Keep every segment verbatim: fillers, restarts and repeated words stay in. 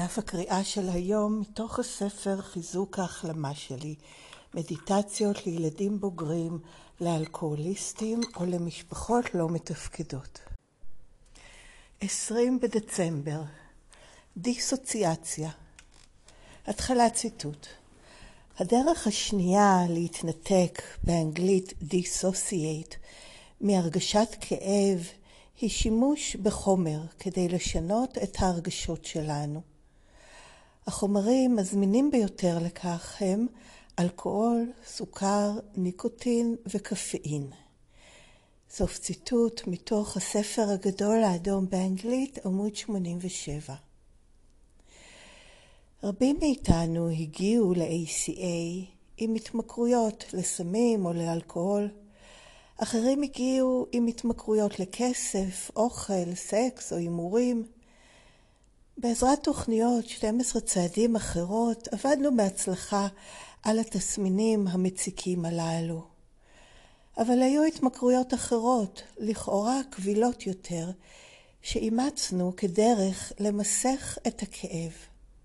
דף הקריאה של היום מתוך הספר חיזוק ההחלמה שלי, מדיטציות לילדים בוגרים, לאלכוהוליסטים או למשפחות לא מתפקדות. עשרים בדצמבר, דיסוציאציה. התחלת ציטוט. הדרך השנייה להתנתק, באנגלית dissociate, מהרגשת כאב היא שימוש בחומר כדי לשנות את ההרגשות שלנו. החומרים הזמינים ביותר לכך הם אלכוהול, סוכר, ניקוטין וקפאין. סוף ציטוט מתוך הספר הגדול האדום באנגלית, עמוד שמונים ושבע. רבים מאיתנו הגיעו ל-איי סי איי עם התמכרויות לסמים או לאלכוהול. אחרים הגיעו עם התמכרויות לכסף, אוכל, סקס או הימורים. בעזרת תוכניות שנים עשר צעדים אחרות עבדנו בהצלחה על התסמינים המציקים הללו. אבל היו התמכרויות אחרות, לכאורה קבילות יותר, שאימצנו כדרך למסך את הכאב.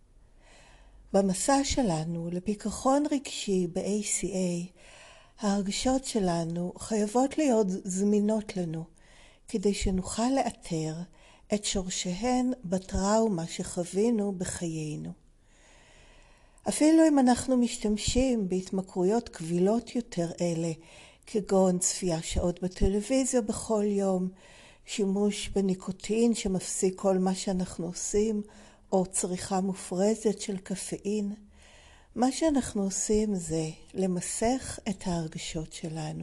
במסע שלנו לפיכחון רגשי ב-איי סי איי, ההרגשות שלנו חייבות להיות זמינות לנו, כדי שנוכל לאתר את שורשיהן בטראומה שחווינו בחיינו. אפילו אם אנחנו משתמשים בהתמכרויות קבילות יותר אלה, כגון צפייה שעות בטלוויזיה בכל יום, שימוש בניקוטין שמפסיק כל מה שאנחנו עושים, או צריכה מופרזת של קפאין, מה שאנחנו עושים זה למסך את ההרגשות שלנו.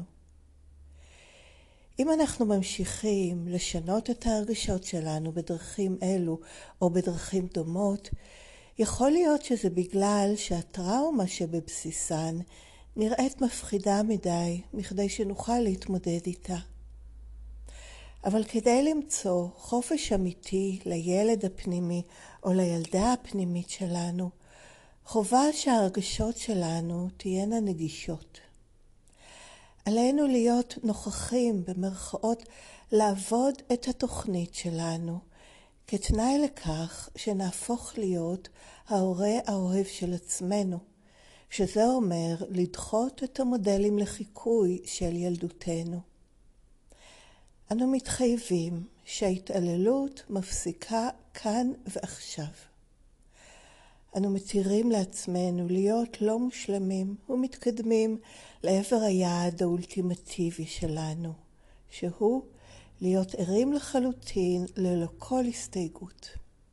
אם אנחנו ממשיכים לשנות את ההרגשות שלנו בדרכים אלו או בדרכים דומות, יכול להיות שזה בגלל שהטראומה שבבסיסן נראית מפחידה מדי מכדי שנוכל להתמודד איתה. אבל כדי למצוא חופש אמיתי לילד הפנימי או לילדה הפנימית שלנו, חובה שההרגשות שלנו תהיינה נגישות. עלינו להיות נוכחים במרכאות לעבוד את התוכנית שלנו, כתנאי לכך שנהפוך להיות ההורה האוהב של עצמנו, שזה אומר לדחות את המודלים לחיקוי של ילדותנו. אנו מתחייבים שההתעללות מפסיקה כאן ועכשיו. אנו מתירים לעצמנו להיות לא מושלמים ומתקדמים לעבר היעד האולטימטיבי שלנו, שהוא להיות ערים לחלוטין ללא כל הסתייגות.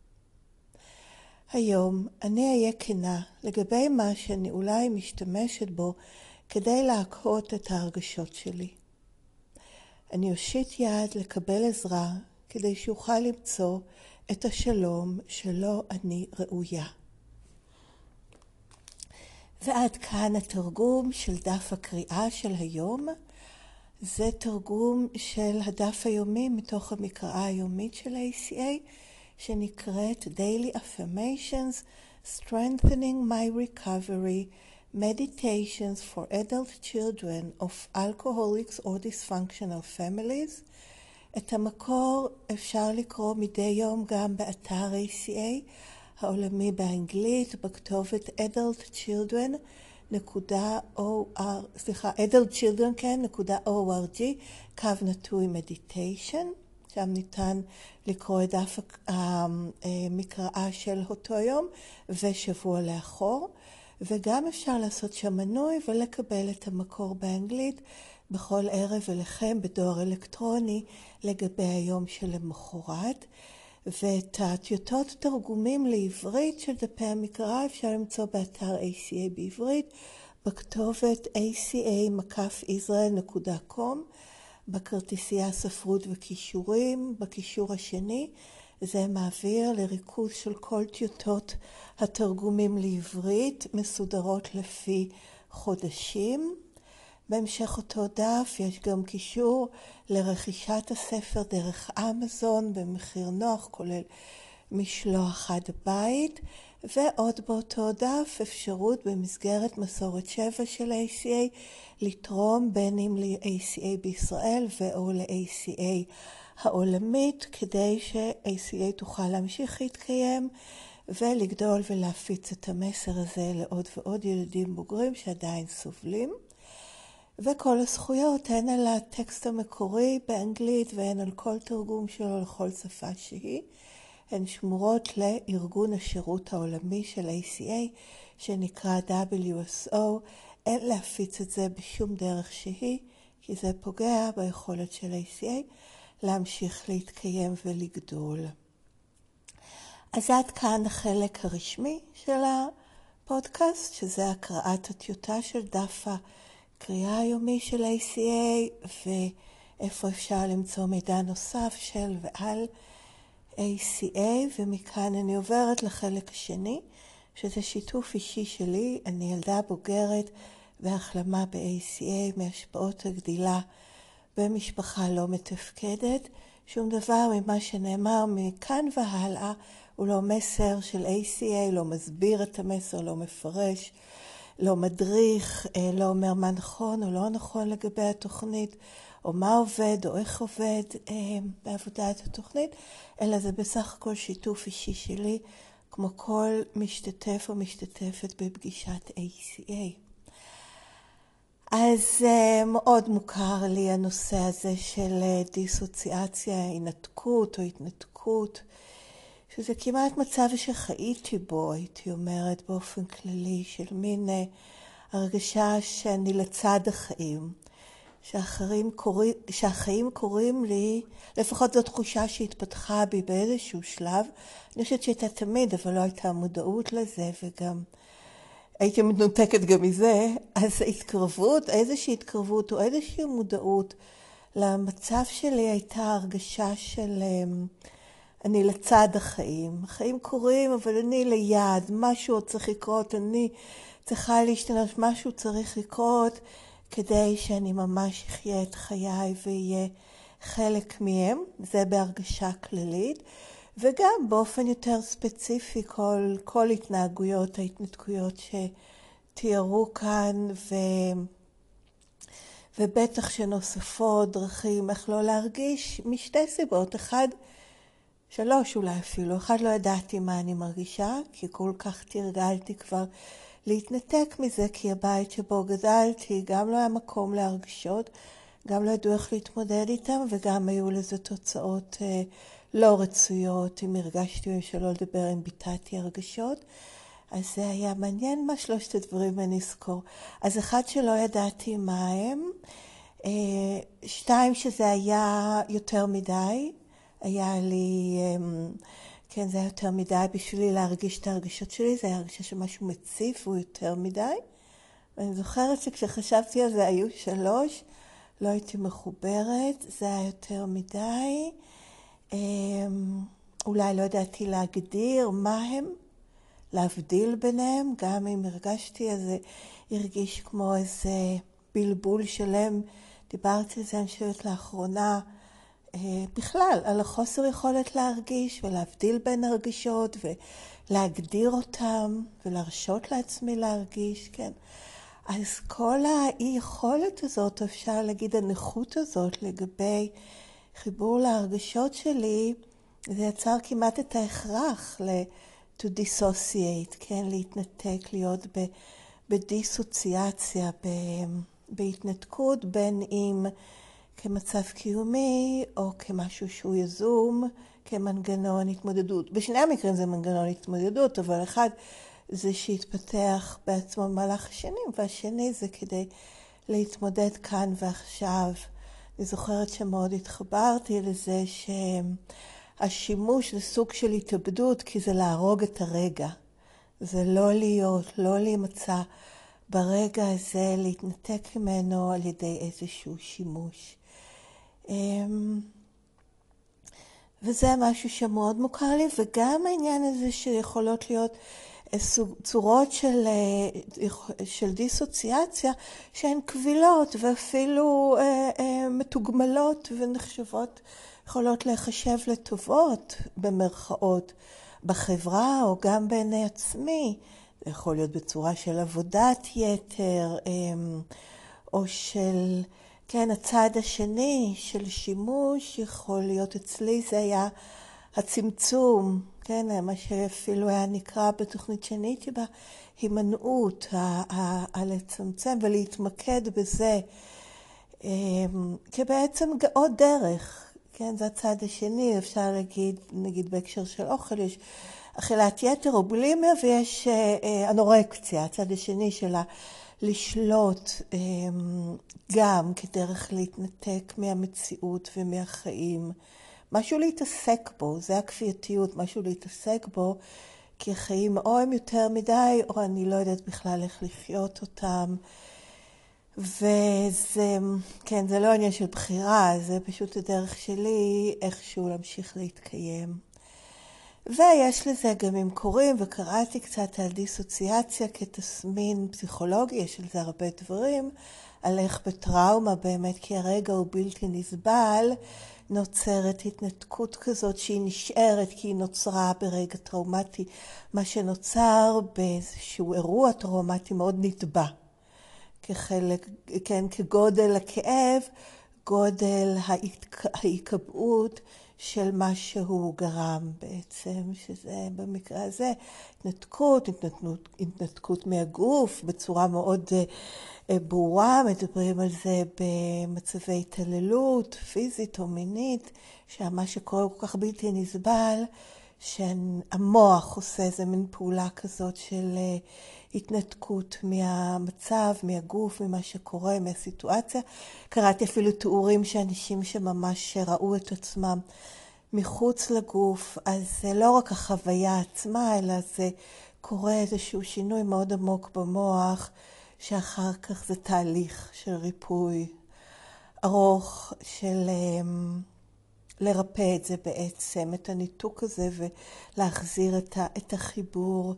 היום אני אהיה כנה לגבי מה שאני אולי משתמשת בו כדי להקהות את ההרגשות שלי. אני אושיט יד לקבל עזרה כדי שאוכל למצוא את השלום שלו אני ראויה. ועד כאן התרגום של דף הקריאה של היום. זה תרגום של הדף היומי מתוך המקראה היומית של ה-איי סי איי, שנקראת Daily Affirmations, Strengthening My Recovery, Meditations for Adult Children of Alcoholics or Dysfunctional Families. את המקור אפשר לקרוא מדי יום גם באתר ה-איי סי איי, העולמי באנגלית, בכתובת adultchildren נקודה או אר, סליחה, adultchildren, כן, נקודה או אר ג'י, קו נטוי meditation, שם ניתן לקרוא את דף המקראה של אותו יום ושבוע לאחור, וגם אפשר לעשות שם מנוי ולקבל את המקור באנגלית בכל ערב אליכם בדואר אלקטרוני לגבי היום שלמחרת. ואת הטיוטות תרגומים לעברית של דפי המקרא אפשר למצוא באתר איי סי איי בעברית, בכתובת איי סי איי מקף ישראל נקודה קום, בכרטיסייה ספרות וכישורים, בקישור השני. זה מעביר לריכוז של כל טיוטות התרגומים לעברית, מסודרות לפי חודשים. בהמשך אותו דף יש גם קישור לרכישת הספר דרך אמזון במחיר נוח, כולל משלוח עד הבית, ועוד באותו דף אפשרות במסגרת מסורת שבע של ה-איי סי איי לתרום בין אם ל-איי סי איי בישראל ואו ל-איי סי איי העולמית, כדי ש-איי סי איי תוכל להמשיך להתקיים ולגדול ולהפיץ את המסר הזה לעוד ועוד ילדים בוגרים שעדיין סובלים. וכל הזכויות הן על הטקסט המקורי באנגלית והן על כל תרגום שלו לכל שפה שהיא. הן שמורות לארגון השירות העולמי של A C A שנקרא W S O. אין להפיץ את זה בשום דרך שהיא, כי זה פוגע ביכולת של A C A להמשיך להתקיים ולגדול. אז עד כאן החלק הרשמי של הפודקאסט, שזה הקראת הטיוטה של דף הקריאה היומי של A C A, ואיפה אפשר למצוא מידע נוסף של ועל A C A, ומכאן אני עוברת לחלק השני, שזה שיתוף אישי שלי. אני ילדה בוגרת בהחלמה ב-A C A מהשפעות הגדילה במשפחה לא מתפקדת. שום דבר ממה שנאמר מכאן והלאה הוא לא מסר של A C A, לא מסביר את המסר, לא מפרש, לא מדריך, לא אומר מה נכון או לא נכון לגבי התוכנית, או מה עובד או איך עובד אה, בעבודת התוכנית, אלא זה בסך הכל שיתוף אישי שלי, כמו כל משתתף או משתתפת בפגישת A C A. אז אה, מאוד מוכר לי הנושא הזה של אה, דיסוציאציה, הינתקות או התנתקות, שזה כמעט מצב שחייתי בו, הייתי אומרת באופן כללי, של מין אה, הרגשה שאני לצד החיים. שהחיים קוראים, שהחיים קוראים לי, לפחות זו תחושה שהתפתחה בי באיזשהו שלב. אני חושבת שהייתה תמיד, אבל לא הייתה מודעות לזה, וגם הייתי מנותקת גם מזה. אז התקרבות, איזושהי התקרבות או איזושהי מודעות למצב שלי הייתה הרגשה של אני לצד החיים. החיים קורים, אבל אני ליד, משהו עוד צריך לקרות, אני צריכה להשתנות, משהו צריך לקרות, כדי שאני ממש אחיה את חיי ויהיה חלק מהם. זה בהרגשה כללית. וגם באופן יותר ספציפי, כל, כל התנהגויות, ההתנתקויות שתיארו כאן, ו, ובטח שנוספות דרכים איך לא להרגיש, משתי סיבות. אחד, שלוש אולי אפילו. אחד, לא ידעתי מה אני מרגישה, כי כל כך תרגלתי כבר להתנתק מזה, כי הבית שבו גדלתי גם לא היה מקום להרגשות, גם לא ידעו איך להתמודד איתם, וגם היו לזה תוצאות אה, לא רצויות, אם הרגשתי שלא לדבר, אם ביטאתי הרגשות. אז זה היה מעניין מה שלושת הדברים אני אזכור. אז אחד, שלא ידעתי מה הם. אה, שתיים, שזה היה יותר מדי. היה לי... אה, כן, זה היה יותר מדי בשבילי להרגיש את הרגשות שלי, זה היה הרגשה שמשהו מציף, הוא יותר מדי. ואני זוכרת שכשחשבתי על זה היו שלוש, לא הייתי מחוברת, זה היה יותר מדי. אולי לא ידעתי להגדיר מה הם, להבדיל ביניהם, גם אם הרגשתי, אז זה הרגיש כמו איזה בלבול שלם. דיברתי על זה, אני חושבת לאחרונה, בכלל, על החוסר יכולת להרגיש ולהבדיל בין הרגשות ולהגדיר אותם ולהרשות לעצמי להרגיש, כן. אז כל האי-יכולת הזאת, אפשר להגיד הנכות הזאת לגבי חיבור להרגשות שלי, זה יצר כמעט את ההכרח ל- to dissociate, כן, להתנתק, להיות ב- בדיסוציאציה, ב- בהתנתקות, בין אם כמצב קיומי או כמשהו שהוא יזום, כמנגנון התמודדות. בשני המקרים זה מנגנון התמודדות, אבל אחד זה שהתפתח בעצמו במהלך השנים, והשני זה כדי להתמודד כאן ועכשיו. אני זוכרת שמאוד התחברתי לזה שהשימוש זה סוג של התאבדות, כי זה להרוג את הרגע. זה לא להיות, לא להימצא ברגע הזה, להתנתק ממנו על ידי איזשהו שימוש. וזה משהו שמאוד מוכר לי, וגם העניין הזה שיכולות להיות צורות של, של דיסוציאציה שהן קבילות ואפילו אה, אה, מתוגמלות ונחשבות, יכולות להיחשב לטובות במרכאות בחברה או גם בעיני עצמי. זה יכול להיות בצורה של עבודת יתר אה, או של, כן, הצד השני של שימוש. יכול להיות אצלי זה היה הצמצום, כן, מה שאפילו היה נקרא בתוכנית שנית בה, הימנעות, הלצמצם ולהתמקד בזה, כבעצם עוד דרך, כן, זה הצד השני, אפשר להגיד, נגיד בהקשר של אוכל, יש אכילת יתר או בולימיה, ויש אנורקציה, הצד השני שלה, לשלוט גם כדרך להתנתק מהמציאות ומהחיים, משהו להתעסק בו, זה הכפייתיות, משהו להתעסק בו, כי החיים או הם יותר מדי, או אני לא יודעת בכלל איך לחיות אותם. וזה, כן, זה לא עניין של בחירה, זה פשוט הדרך שלי איכשהו להמשיך להתקיים. ויש לזה גם אם קוראים, וקראתי קצת על דיסוציאציה כתסמין פסיכולוגי, יש על זה הרבה דברים, על איך בטראומה באמת, כי הרגע הוא בלתי נסבל, נוצרת התנתקות כזאת שהיא נשארת כי היא נוצרה ברגע טראומטי, מה שנוצר באיזשהו אירוע טראומטי מאוד נטבע. כחלק, כן, כגודל הכאב, גודל ההיקבעות של מה שהוא גרם בעצם, שזה במקרה הזה התנתקות, התנתקות, התנתקות מהגוף בצורה מאוד ברורה, מדברים על זה במצבי התעללות, פיזית או מינית, שמה שקורה כל כך בלתי נסבל, שהמוח עושה איזה מין פעולה כזאת של התנתקות מהמצב, מהגוף, ממה שקורה, מהסיטואציה. קראתי אפילו תיאורים שאנשים שממש ראו את עצמם מחוץ לגוף, אז זה לא רק החוויה עצמה, אלא זה קורה איזשהו שינוי מאוד עמוק במוח, שאחר כך זה תהליך של ריפוי ארוך, של לרפא את זה בעצם, את הניתוק הזה, ולהחזיר את, ה, את החיבור.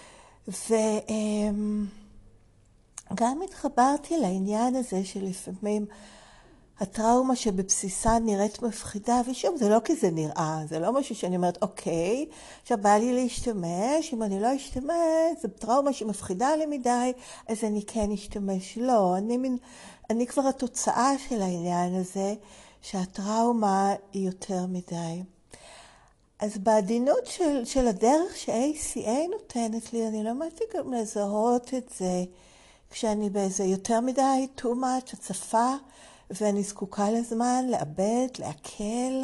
וגם התחברתי לעניין הזה שלפעמים הטראומה שבבסיסה נראית מפחידה, ושוב, זה לא כי זה נראה, זה לא משהו שאני אומרת, אוקיי, עכשיו בא לי להשתמש, אם אני לא אשתמש, זו טראומה שמפחידה לי מדי, אז אני כן אשתמש. לא, אני, מין, אני כבר התוצאה של העניין הזה, שהטראומה היא יותר מדי. אז בעדינות של, של הדרך ש-איי סי איי נותנת לי, אני למדתי גם לזהות את זה, כשאני באיזה יותר מדי, too much, הצפה, ואני זקוקה לזמן, לאבד, להקל.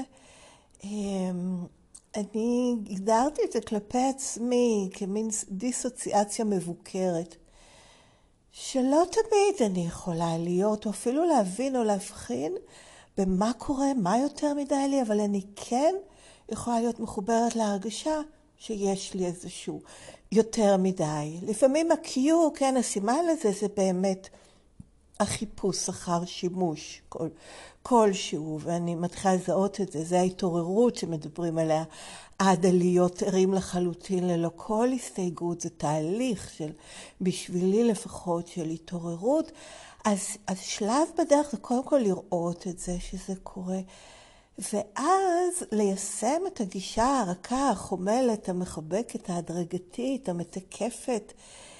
אני הגדרתי את זה כלפי עצמי, כמין דיסוציאציה מבוקרת, שלא תמיד אני יכולה להיות, או אפילו להבין או להבחין, במה קורה, מה יותר מדי לי, אבל אני כן יכולה להיות מחוברת להרגשה שיש לי איזשהו יותר מדי. לפעמים ה-Q, כן, הסימן לזה זה באמת החיפוש אחר שימוש כל, כלשהו, ואני מתחילה לזהות את זה, זה ההתעוררות שמדברים עליה, עד עליות ערים לחלוטין ללא כל הסתייגות, זה תהליך של, בשבילי לפחות, של התעוררות. אז השלב בדרך זה קודם כל לראות את זה, שזה קורה, ואז ליישם את הגישה הרכה, החומלת, המחבקת, ההדרגתית, המתקפת,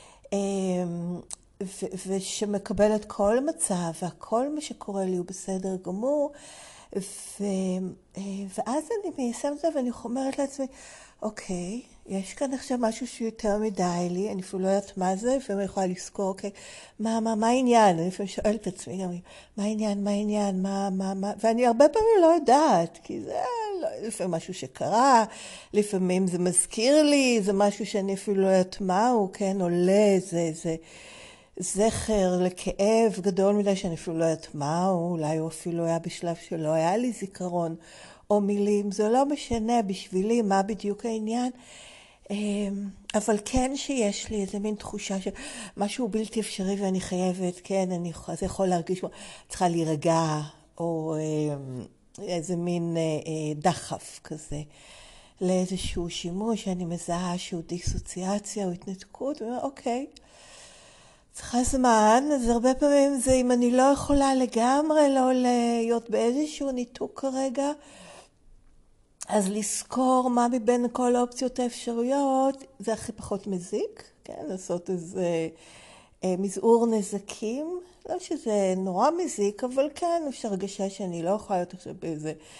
ו- ושמקבלת כל מצב, והכל מה שקורה לי הוא בסדר גמור, ו- ואז אני מיישמת את זה ואני אומרת לעצמי, אוקיי, יש כאן עכשיו משהו שהוא יותר מדי לי, אני אפילו לא יודעת מה זה, ואני יכולה לזכור, אוקיי, מה, מה, מה העניין? אני לפעמים שואלת את עצמי, גם, מה העניין, מה העניין, מה, מה, מה, ואני הרבה פעמים לא יודעת, כי זה לא, לפעמים משהו שקרה, לפעמים זה מזכיר לי, זה משהו שאני אפילו לא יודעת מה הוא, כן, עולה, זה, זה, זכר לכאב גדול מדי שאני אפילו לא יודעת מה הוא, אולי הוא אפילו היה בשלב שלא היה לי זיכרון, או מילים, זה לא משנה בשבילי מה בדיוק העניין, אבל כן שיש לי איזה מין תחושה שמשהו בלתי אפשרי ואני חייבת, כן, אני זה יכול להרגיש, צריכה להירגע, או איזה מין דחף כזה, לאיזשהו שימוש שאני מזהה שהוא דיסוציאציה או התנתקות, ואומר, אוקיי, צריכה זמן, אז הרבה פעמים זה אם אני לא יכולה לגמרי לא להיות באיזשהו ניתוק כרגע, אז לזכור מה מבין כל האופציות האפשריות, זה הכי פחות מזיק, כן? לעשות איזה אה, מזעור נזקים, לא שזה נורא מזיק, אבל כן, יש הרגשה שאני לא יכולה להיות עכשיו באיזה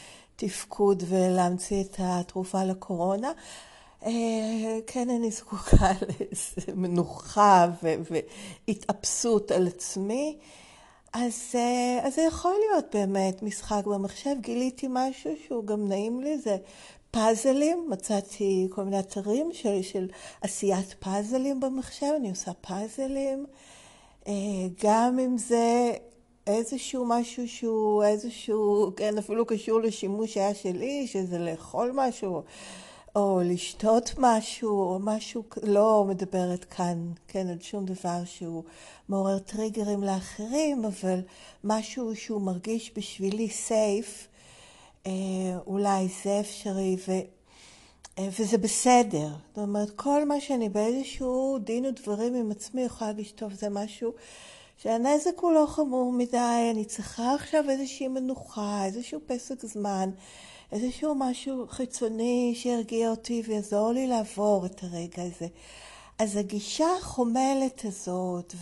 תפקוד ולהמציא את התרופה לקורונה. כן, אני זקוקה לאיזו מנוחה והתאפסות על עצמי. אז, אז זה יכול להיות באמת משחק במחשב. גיליתי משהו שהוא גם נעים לי, זה פאזלים. מצאתי כל מיני אתרים של, של עשיית פאזלים במחשב. אני עושה פאזלים. גם אם זה איזשהו משהו שהוא איזשהו, כן, אפילו קשור לשימוש היה שלי, שזה לאכול משהו, או לשתות משהו, או משהו, לא מדברת כאן, כן, על שום דבר שהוא מעורר טריגרים לאחרים, אבל משהו שהוא מרגיש בשבילי סייף, אולי זה אפשרי, ו, וזה בסדר. זאת אומרת, כל מה שאני באיזשהו דין ודברים עם עצמי יכולה להגיד, טוב, זה משהו שהנזק הוא לא חמור מדי, אני צריכה עכשיו איזושהי מנוחה, איזשהו פסק זמן, איזשהו משהו חיצוני שירגיע אותי ויעזור לי לעבור את הרגע הזה. אז הגישה החומלת הזאת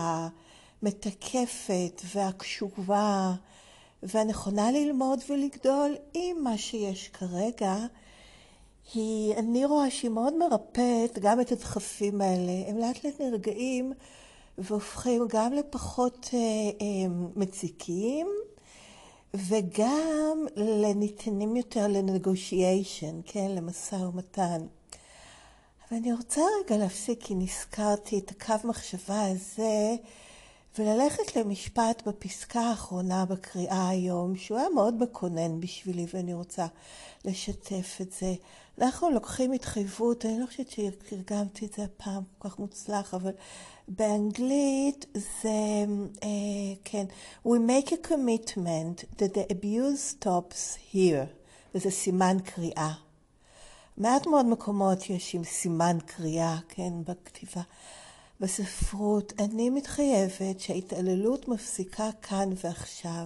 והמתקפת והקשובה והנכונה ללמוד ולגדול עם מה שיש כרגע, היא, אני רואה שהיא מאוד מרפאת גם את הדחפים האלה. הם לאט לאט נרגעים והופכים גם לפחות אה, אה, מציקים, וגם לניתנים יותר לנגושיישן, כן, למשא ומתן. אבל אני רוצה רגע להפסיק, כי נזכרתי את הקו מחשבה הזה, וללכת למשפט בפסקה האחרונה בקריאה היום, שהוא היה מאוד מקונן בשבילי, ואני רוצה לשתף את זה. אנחנו לוקחים התחייבות, אני לא חושבת שתרגמתי את זה הפעם כל כך מוצלח, אבל באנגלית זה, אה, כן, we make a commitment that the abuse stops here, וזה סימן קריאה. מעט מאוד מקומות יש עם סימן קריאה, כן, בכתיבה. בספרות, אני מתחייבת שההתעללות מפסיקה כאן ועכשיו.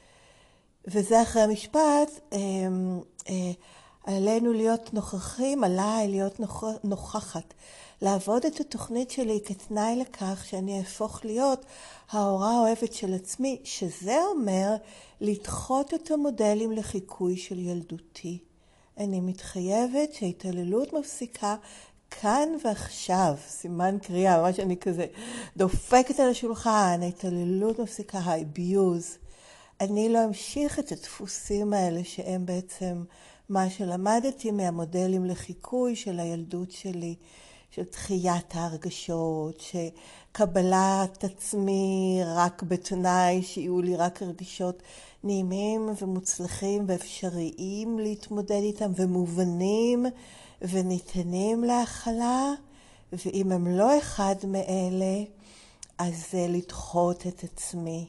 וזה אחרי המשפט, אה, אה, עלינו להיות נוכחים, עליי להיות נוכח, נוכחת. לעבוד את התוכנית שלי כתנאי לכך שאני אהפוך להיות ההורה האוהבת של עצמי, שזה אומר לדחות את המודלים לחיקוי של ילדותי. אני מתחייבת שההתעללות מפסיקה כאן ועכשיו, סימן קריאה, ממש אני כזה דופקת על השולחן, ההתעללות מפסיקה, האביוז. אני לא אמשיך את הדפוסים האלה שהם בעצם מה שלמדתי מהמודלים לחיקוי של הילדות שלי, של דחיית ההרגשות, שקבלת עצמי רק בתנאי שיהיו לי רק הרגשות נעימים ומוצלחים ואפשריים להתמודד איתם ומובנים וניתנים להכלה, ואם הם לא אחד מאלה, אז זה לדחות את עצמי.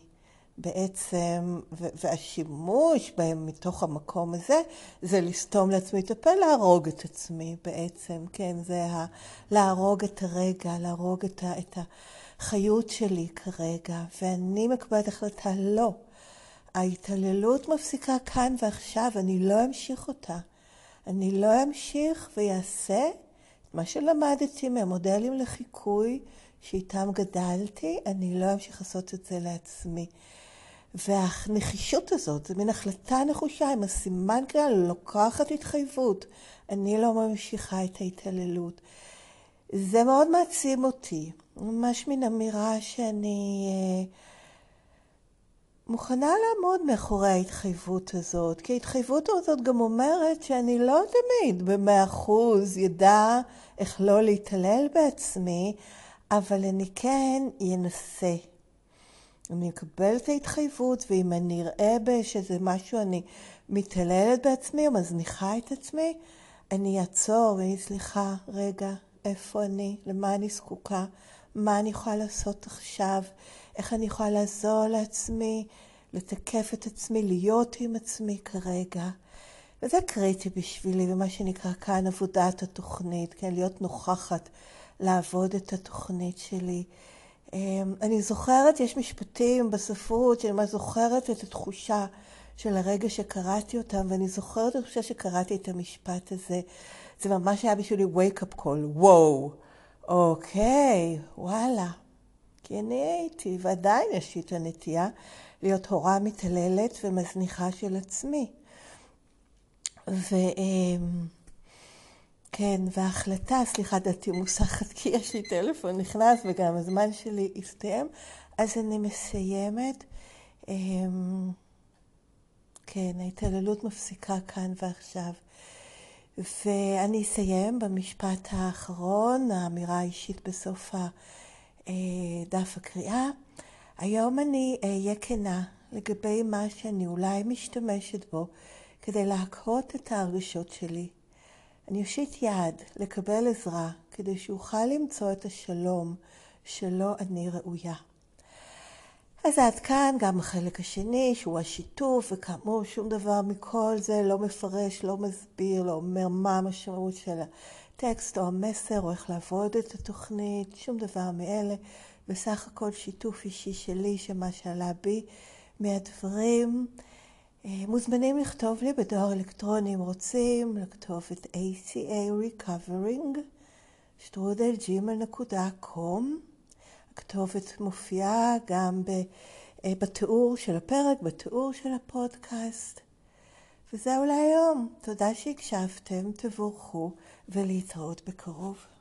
בעצם, והשימוש בהם מתוך המקום הזה, זה לסתום לעצמי את הפה, להרוג את עצמי בעצם, כן, זה ה, להרוג את הרגע, להרוג את, ה, את החיות שלי כרגע, ואני מקבלת החלטה, לא. ההתעללות מפסיקה כאן ועכשיו, אני לא אמשיך אותה. אני לא אמשיך ויעשה את מה שלמדתי מהמודלים לחיקוי שאיתם גדלתי, אני לא אמשיך לעשות את זה לעצמי. והנחישות הזאת, זה מין החלטה נחושה עם הסימן קריאה, לוקחת התחייבות. אני לא ממשיכה את ההתעללות. זה מאוד מעצים אותי. ממש מן אמירה שאני אה, מוכנה לעמוד מאחורי ההתחייבות הזאת. כי ההתחייבות הזאת גם אומרת שאני לא תמיד במאה אחוז ידע איך לא להתעלל בעצמי, אבל אני כן אנסה. אני אקבל את ההתחייבות, ואם אני אראה שזה משהו, אני מתעללת בעצמי או מזניחה את עצמי, אני אעצור ואני סליחה, רגע, איפה אני, למה אני זקוקה, מה אני יכולה לעשות עכשיו, איך אני יכולה לעזור לעצמי, לתקף את עצמי, להיות עם עצמי כרגע. וזה קריטי בשבילי, ומה שנקרא כאן עבודת התוכנית, כן, להיות נוכחת, לעבוד את התוכנית שלי. אני זוכרת, יש משפטים בספרות, שאני זוכרת את התחושה של הרגע שקראתי אותם, ואני זוכרת את התחושה שקראתי את המשפט הזה. זה ממש היה בשבילי wake up call, וואו, אוקיי, וואלה. כי אני הייתי, ועדיין יש לי את הנטייה להיות הורה מתעללת ומזניחה של עצמי. ו... כן, וההחלטה, סליחה, דעתי מוסחת, כי יש לי טלפון נכנס וגם הזמן שלי הסתיים, אז אני מסיימת. כן, ההתעללות מפסיקה כאן ועכשיו. ואני אסיים במשפט האחרון, האמירה האישית בסוף דף הקריאה. היום אני אהיה כנה לגבי מה שאני אולי משתמשת בו כדי להקהות את ההרגשות שלי. אני אושיט יד לקבל עזרה כדי שאוכל למצוא את השלום שלו אני ראויה. אז עד כאן גם החלק השני שהוא השיתוף, וכאמור שום דבר מכל זה לא מפרש, לא מסביר, לא אומר מה המשמעות של הטקסט או המסר או איך לעבוד את התוכנית, שום דבר מאלה. בסך הכל שיתוף אישי שלי שמה שעלה בי מהדברים. מוזמנים לכתוב לי בדואר אלקטרוני אם רוצים, לכתוב את איי סי איי Recovering שטרודל ג'ימייל נקודה קום. הכתובת מופיעה גם בתיאור של הפרק, בתיאור של הפודקאסט. וזהו להיום. תודה שהקשבתם, תבורכו ולהתראות בקרוב.